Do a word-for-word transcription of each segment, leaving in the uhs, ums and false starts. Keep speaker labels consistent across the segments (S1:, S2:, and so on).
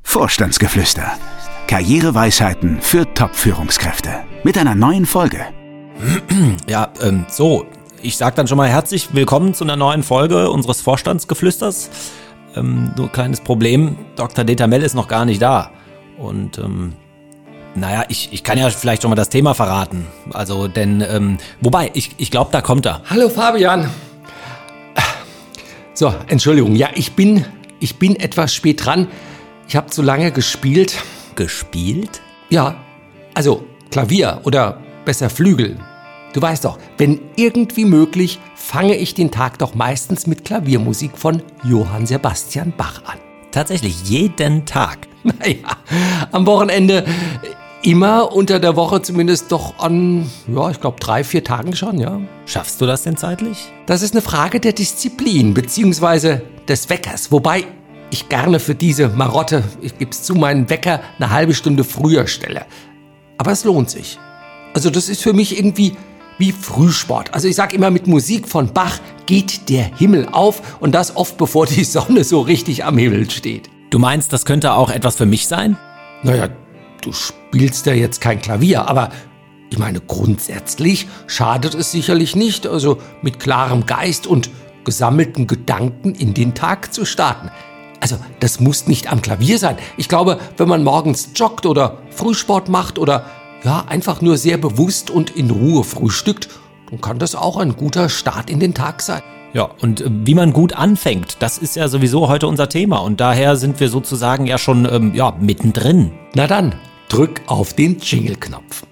S1: Vorstandsgeflüster. Karriereweisheiten für Top-Führungskräfte. Mit einer neuen Folge.
S2: Ja, ähm, so. Ich sag dann schon mal herzlich willkommen zu einer neuen Folge unseres Vorstandsgeflüsters. Ähm, nur ein kleines Problem. Doktor Determell ist noch gar nicht da. Und, ähm, naja, ich, ich kann ja vielleicht schon mal das Thema verraten. Also, denn, ähm, wobei, ich, ich glaube, da kommt er.
S3: Hallo Fabian. So, Entschuldigung. Ja, ich bin, ich bin etwas spät dran. Ich habe zu lange gespielt.
S2: Gespielt?
S3: Ja, also Klavier oder besser Flügel. Du weißt doch, wenn irgendwie möglich, fange ich den Tag doch meistens mit Klaviermusik von Johann Sebastian Bach an.
S2: Tatsächlich jeden Tag?
S3: Naja, am Wochenende immer, unter der Woche zumindest doch an, ja, ich glaube drei, vier Tagen schon, ja.
S2: Schaffst du das denn zeitlich?
S3: Das ist eine Frage der Disziplin, beziehungsweise des Weckers, wobei ich gerne für diese Marotte, ich gebe es zu, meinen Wecker eine halbe Stunde früher stelle. Aber es lohnt sich. Also das ist für mich irgendwie wie Frühsport. Also ich sage immer, mit Musik von Bach geht der Himmel auf und das oft bevor die Sonne so richtig am Himmel steht.
S2: Du meinst, das könnte auch etwas für mich sein?
S3: Naja, du spielst ja jetzt kein Klavier, aber ich meine, grundsätzlich schadet es sicherlich nicht, also mit klarem Geist und gesammelten Gedanken in den Tag zu starten. Also das muss nicht am Klavier sein. Ich glaube, wenn man morgens joggt oder Frühsport macht oder ja einfach nur sehr bewusst und in Ruhe frühstückt, dann kann das auch ein guter Start in den Tag sein.
S2: Ja, und wie man gut anfängt, das ist ja sowieso heute unser Thema. Und daher sind wir sozusagen ja schon ähm, ja, mittendrin.
S3: Na dann, drück auf den Jingle-Knopf.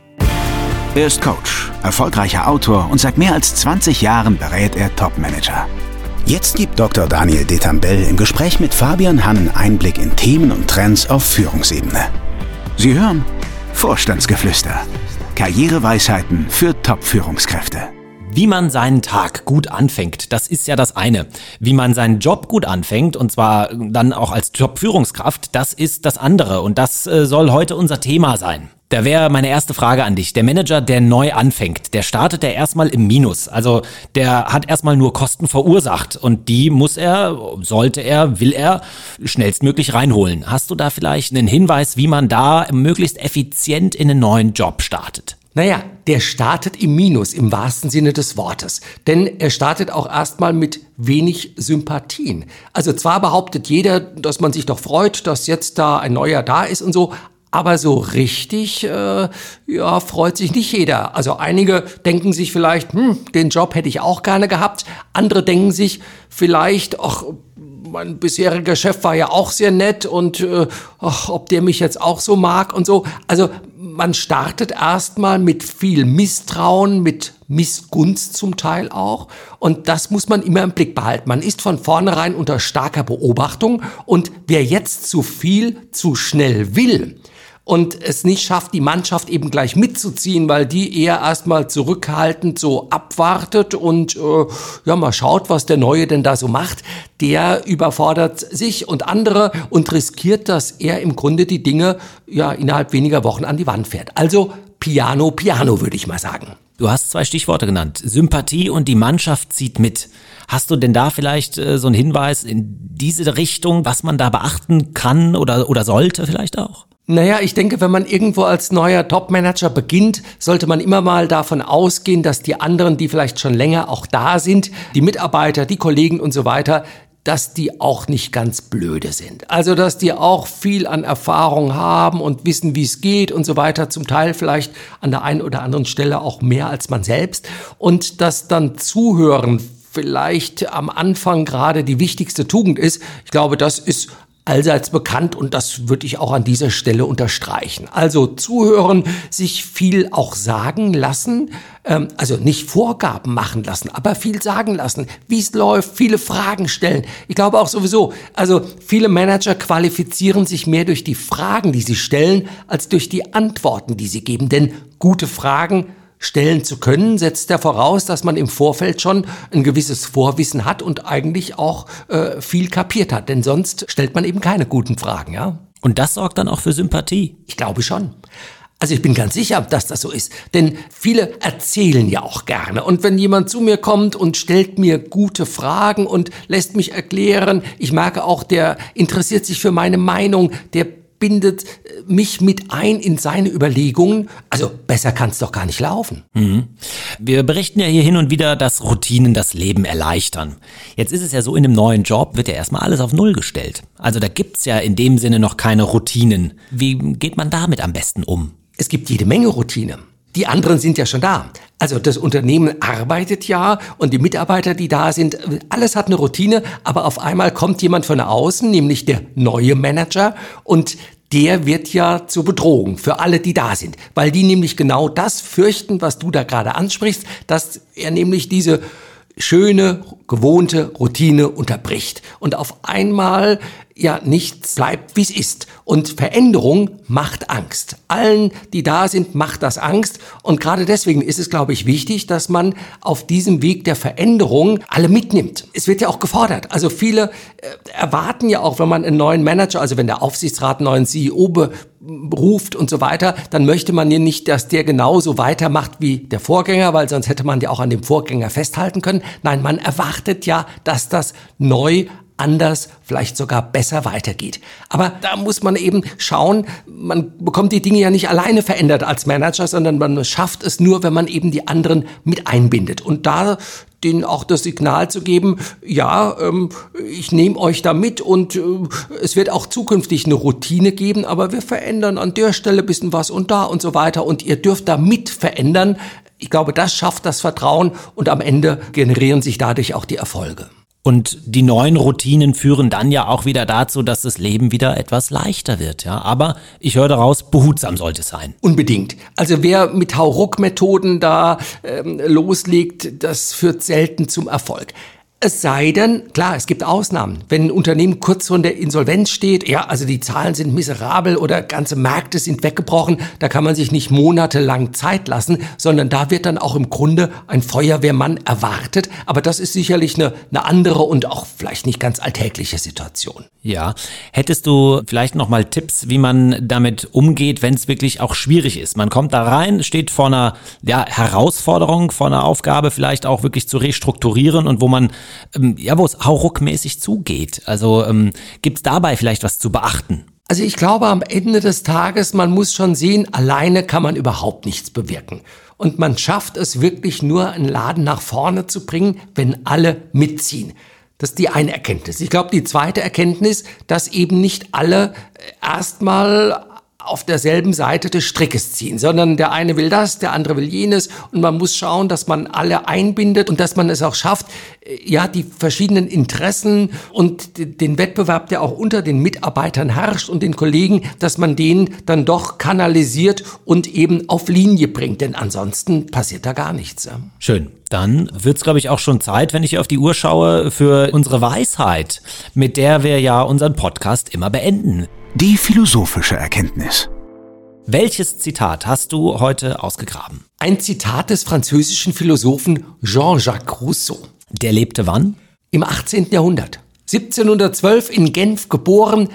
S1: Er ist Coach, erfolgreicher Autor und seit mehr als zwanzig Jahren berät er Top-Manager. Jetzt gibt Doktor Daniel Determell im Gespräch mit Fabian Hannen Einblick in Themen und Trends auf Führungsebene. Sie hören Vorstandsgeflüster. Karriereweisheiten für Top-Führungskräfte.
S2: Wie man seinen Tag gut anfängt, das ist ja das eine. Wie man seinen Job gut anfängt, und zwar dann auch als Top-Führungskraft, das ist das andere. Und das äh, soll heute unser Thema sein. Da wäre meine erste Frage an dich. Der Manager, der neu anfängt, der startet ja erstmal im Minus. Also der hat erstmal nur Kosten verursacht und die muss er, sollte er, will er schnellstmöglich reinholen. Hast du da vielleicht einen Hinweis, wie man da möglichst effizient in einen neuen Job startet?
S3: Naja, der startet im Minus, im wahrsten Sinne des Wortes. Denn er startet auch erstmal mit wenig Sympathien. Also zwar behauptet jeder, dass man sich doch freut, dass jetzt da ein neuer da ist und so, aber so richtig, äh, ja, freut sich nicht jeder. Also einige denken sich vielleicht, hm, den Job hätte ich auch gerne gehabt. Andere denken sich vielleicht, ach, mein bisheriger Chef war ja auch sehr nett und äh, ach, ob der mich jetzt auch so mag und so. Also man startet erstmal mit viel Misstrauen, mit Missgunst zum Teil auch. Und das muss man immer im Blick behalten. Man ist von vornherein unter starker Beobachtung und wer jetzt zu viel, zu schnell will und es nicht schafft, die Mannschaft eben gleich mitzuziehen, weil die eher erstmal zurückhaltend so abwartet und äh, ja mal schaut, was der Neue denn da so macht, der überfordert sich und andere und riskiert, dass er im Grunde die Dinge ja innerhalb weniger Wochen an die Wand fährt. Also Piano, Piano, würde ich mal sagen.
S2: Du hast zwei Stichworte genannt. Sympathie und die Mannschaft zieht mit. Hast du denn da vielleicht äh, so einen Hinweis in diese Richtung, was man da beachten kann oder, oder sollte vielleicht auch?
S3: Naja, ich denke, wenn man irgendwo als neuer Top-Manager beginnt, sollte man immer mal davon ausgehen, dass die anderen, die vielleicht schon länger auch da sind, die Mitarbeiter, die Kollegen und so weiter, dass die auch nicht ganz blöde sind. Also, dass die auch viel an Erfahrung haben und wissen, wie es geht und so weiter. Zum Teil vielleicht an der einen oder anderen Stelle auch mehr als man selbst. Und dass dann Zuhören vielleicht am Anfang gerade die wichtigste Tugend ist. Ich glaube, das ist allseits bekannt und das würde ich auch an dieser Stelle unterstreichen. Also zuhören, sich viel auch sagen lassen, ähm, also nicht Vorgaben machen lassen, aber viel sagen lassen, wie es läuft, viele Fragen stellen. Ich glaube auch sowieso, also viele Manager qualifizieren sich mehr durch die Fragen, die sie stellen, als durch die Antworten, die sie geben. Denn gute Fragen stellen zu können, setzt ja voraus, dass man im Vorfeld schon ein gewisses Vorwissen hat und eigentlich auch äh, viel kapiert hat. Denn sonst stellt man eben keine guten Fragen, ja.
S2: Und das sorgt dann auch für Sympathie?
S3: Ich glaube schon. Also ich bin ganz sicher, dass das so ist. Denn viele erzählen ja auch gerne. Und wenn jemand zu mir kommt und stellt mir gute Fragen und lässt mich erklären, ich merke auch, der interessiert sich für meine Meinung, der bindet mich mit ein in seine Überlegungen. Also besser kann es doch gar nicht laufen.
S2: Mhm. Wir berichten ja hier hin und wieder, dass Routinen das Leben erleichtern. Jetzt ist es ja so, in einem neuen Job wird ja erstmal alles auf Null gestellt. Also da gibt's ja in dem Sinne noch keine Routinen. Wie geht man damit am besten um?
S3: Es gibt jede Menge Routine. Die anderen sind ja schon da. Also das Unternehmen arbeitet ja und die Mitarbeiter, die da sind, alles hat eine Routine, aber auf einmal kommt jemand von außen, nämlich der neue Manager, und der wird ja zur Bedrohung für alle, die da sind, weil die nämlich genau das fürchten, was du da gerade ansprichst, dass er nämlich diese schöne, gewohnte Routine unterbricht und auf einmal ja nichts bleibt, wie es ist. Und Veränderung macht Angst. Allen, die da sind, macht das Angst. Und gerade deswegen ist es, glaube ich, wichtig, dass man auf diesem Weg der Veränderung alle mitnimmt. Es wird ja auch gefordert. Also viele äh, erwarten ja auch, wenn man einen neuen Manager, also wenn der Aufsichtsrat einen neuen C E O beruft und so weiter, dann möchte man ja nicht, dass der genauso weitermacht wie der Vorgänger, weil sonst hätte man ja auch an dem Vorgänger festhalten können. Nein, man erwartet ja, dass das neu, anders, vielleicht sogar besser weitergeht. Aber da muss man eben schauen, man bekommt die Dinge ja nicht alleine verändert als Manager, sondern man schafft es nur, wenn man eben die anderen mit einbindet. Und da denen auch das Signal zu geben, ja, ähm, ich nehme euch da mit und äh, es wird auch zukünftig eine Routine geben, aber wir verändern an der Stelle ein bisschen was und da und so weiter und ihr dürft da mit verändern. Ich glaube, das schafft das Vertrauen und am Ende generieren sich dadurch auch die Erfolge.
S2: Und die neuen Routinen führen dann ja auch wieder dazu, dass das Leben wieder etwas leichter wird. Ja, aber ich höre daraus, behutsam sollte es sein.
S3: Unbedingt. Also wer mit Hauruck-Methoden da ähm, loslegt, das führt selten zum Erfolg. Es sei denn, klar, es gibt Ausnahmen. Wenn ein Unternehmen kurz vor der Insolvenz steht, ja, also die Zahlen sind miserabel oder ganze Märkte sind weggebrochen, da kann man sich nicht monatelang Zeit lassen, sondern da wird dann auch im Grunde ein Feuerwehrmann erwartet. Aber das ist sicherlich eine, eine andere und auch vielleicht nicht ganz alltägliche Situation.
S2: Ja, hättest du vielleicht noch mal Tipps, wie man damit umgeht, wenn es wirklich auch schwierig ist? Man kommt da rein, steht vor einer ja, Herausforderung, vor einer Aufgabe vielleicht auch wirklich zu restrukturieren und wo man ja, wo es hauruckmäßig zugeht. Also ähm, gibt es dabei vielleicht was zu beachten?
S3: Also ich glaube, am Ende des Tages, man muss schon sehen, alleine kann man überhaupt nichts bewirken. Und man schafft es wirklich nur, einen Laden nach vorne zu bringen, wenn alle mitziehen. Das ist die eine Erkenntnis. Ich glaube, die zweite Erkenntnis, dass eben nicht alle erstmal auf derselben Seite des Strickes ziehen, sondern der eine will das, der andere will jenes und man muss schauen, dass man alle einbindet und dass man es auch schafft, ja, die verschiedenen Interessen und den Wettbewerb, der auch unter den Mitarbeitern herrscht und den Kollegen, dass man den dann doch kanalisiert und eben auf Linie bringt, denn ansonsten passiert da gar nichts. Ja.
S2: Schön. Dann wird's, glaube ich, auch schon Zeit, wenn ich hier auf die Uhr schaue, für unsere Weisheit, mit der wir ja unseren Podcast immer beenden.
S1: Die philosophische Erkenntnis.
S2: Welches Zitat hast du heute ausgegraben?
S3: Ein Zitat des französischen Philosophen Jean-Jacques Rousseau.
S2: Der lebte wann?
S3: Im achtzehnten Jahrhundert. siebzehnhundertzwölf in Genf geboren,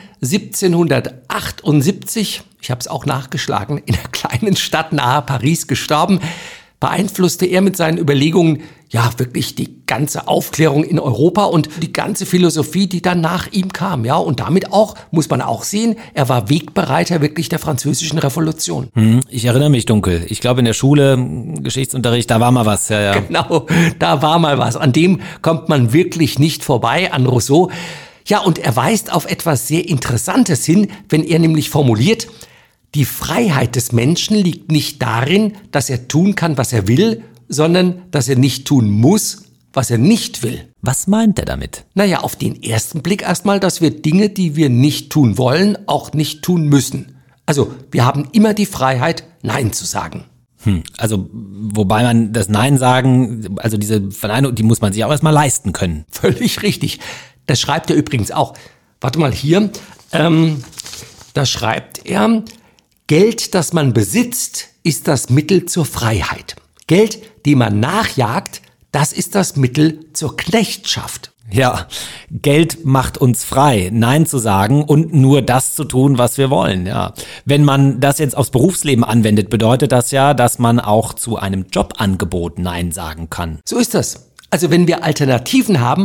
S3: siebzehnhundertachtundsiebzig, ich habe es auch nachgeschlagen, in einer kleinen Stadt nahe Paris gestorben, beeinflusste er mit seinen Überlegungen ja wirklich die ganze Aufklärung in Europa und die ganze Philosophie, die dann nach ihm kam. Ja, und damit auch, muss man auch sehen, er war Wegbereiter wirklich der französischen Revolution.
S2: Hm, ich erinnere mich dunkel. Ich glaube in der Schule, Geschichtsunterricht, da war mal was. Ja, ja.
S3: Genau, da war mal was. An dem kommt man wirklich nicht vorbei, an Rousseau. Ja, und er weist auf etwas sehr Interessantes hin, wenn er nämlich formuliert: Die Freiheit des Menschen liegt nicht darin, dass er tun kann, was er will, sondern dass er nicht tun muss, was er nicht will.
S2: Was meint er damit?
S3: Naja, auf den ersten Blick erstmal, dass wir Dinge, die wir nicht tun wollen, auch nicht tun müssen. Also, wir haben immer die Freiheit, Nein zu sagen.
S2: Hm, also, wobei man das Nein sagen, also diese Verneinung, die muss man sich auch erstmal leisten können.
S3: Völlig richtig. Das schreibt er übrigens auch. Warte mal hier. Ähm, da schreibt er: Geld, das man besitzt, ist das Mittel zur Freiheit. Geld, dem man nachjagt, das ist das Mittel zur Knechtschaft.
S2: Ja, Geld macht uns frei, Nein zu sagen und nur das zu tun, was wir wollen. Ja, wenn man das jetzt aufs Berufsleben anwendet, bedeutet das ja, dass man auch zu einem Jobangebot Nein sagen kann.
S3: So ist das. Also wenn wir Alternativen haben,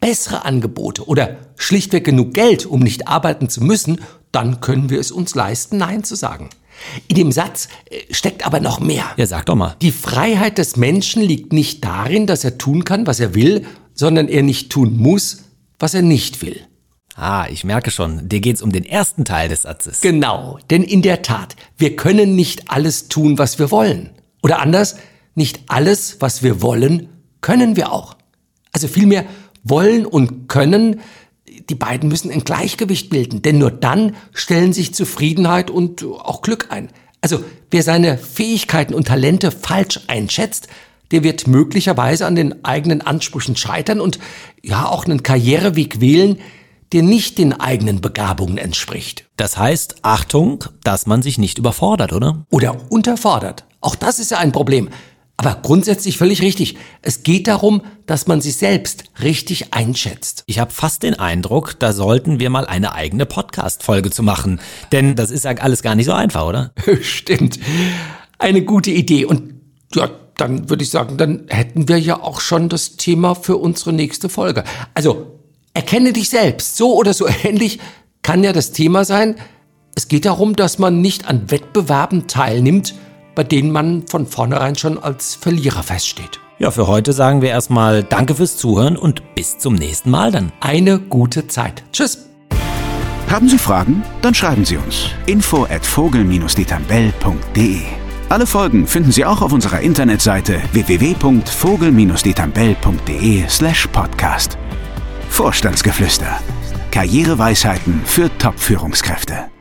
S3: bessere Angebote oder schlichtweg genug Geld, um nicht arbeiten zu müssen, dann können wir es uns leisten, Nein zu sagen. In dem Satz steckt aber noch mehr.
S2: Ja, sag doch mal.
S3: Die Freiheit des Menschen liegt nicht darin, dass er tun kann, was er will, sondern er nicht tun muss, was er nicht will.
S2: Ah, ich merke schon, dir geht's um den ersten Teil des Satzes.
S3: Genau, denn in der Tat, wir können nicht alles tun, was wir wollen. Oder anders, nicht alles, was wir wollen, können wir auch. Also vielmehr wollen und können, die beiden müssen ein Gleichgewicht bilden, denn nur dann stellen sich Zufriedenheit und auch Glück ein. Also wer seine Fähigkeiten und Talente falsch einschätzt, der wird möglicherweise an den eigenen Ansprüchen scheitern und ja auch einen Karriereweg wählen, der nicht den eigenen Begabungen entspricht.
S2: Das heißt, Achtung, dass man sich nicht überfordert, oder?
S3: Oder unterfordert. Auch das ist ja ein Problem. Aber grundsätzlich völlig richtig. Es geht darum, dass man sich selbst richtig einschätzt.
S2: Ich habe fast den Eindruck, da sollten wir mal eine eigene Podcast-Folge zu machen. Denn das ist ja alles gar nicht so einfach, oder?
S3: Stimmt. Eine gute Idee. Und ja, dann würde ich sagen, dann hätten wir ja auch schon das Thema für unsere nächste Folge. Also, erkenne dich selbst. So oder so ähnlich kann ja das Thema sein. Es geht darum, dass man nicht an Wettbewerben teilnimmt, bei denen man von vornherein schon als Verlierer feststeht.
S2: Ja, für heute sagen wir erstmal Danke fürs Zuhören und bis zum nächsten Mal dann.
S3: Eine gute Zeit. Tschüss.
S1: Haben Sie Fragen? Dann schreiben Sie uns. info at vogel Bindestrich detambell punkt de. Alle Folgen finden Sie auch auf unserer Internetseite w w w punkt vogel Bindestrich detambell punkt de slash podcast. Vorstandsgeflüster. Karriereweisheiten für Top-Führungskräfte.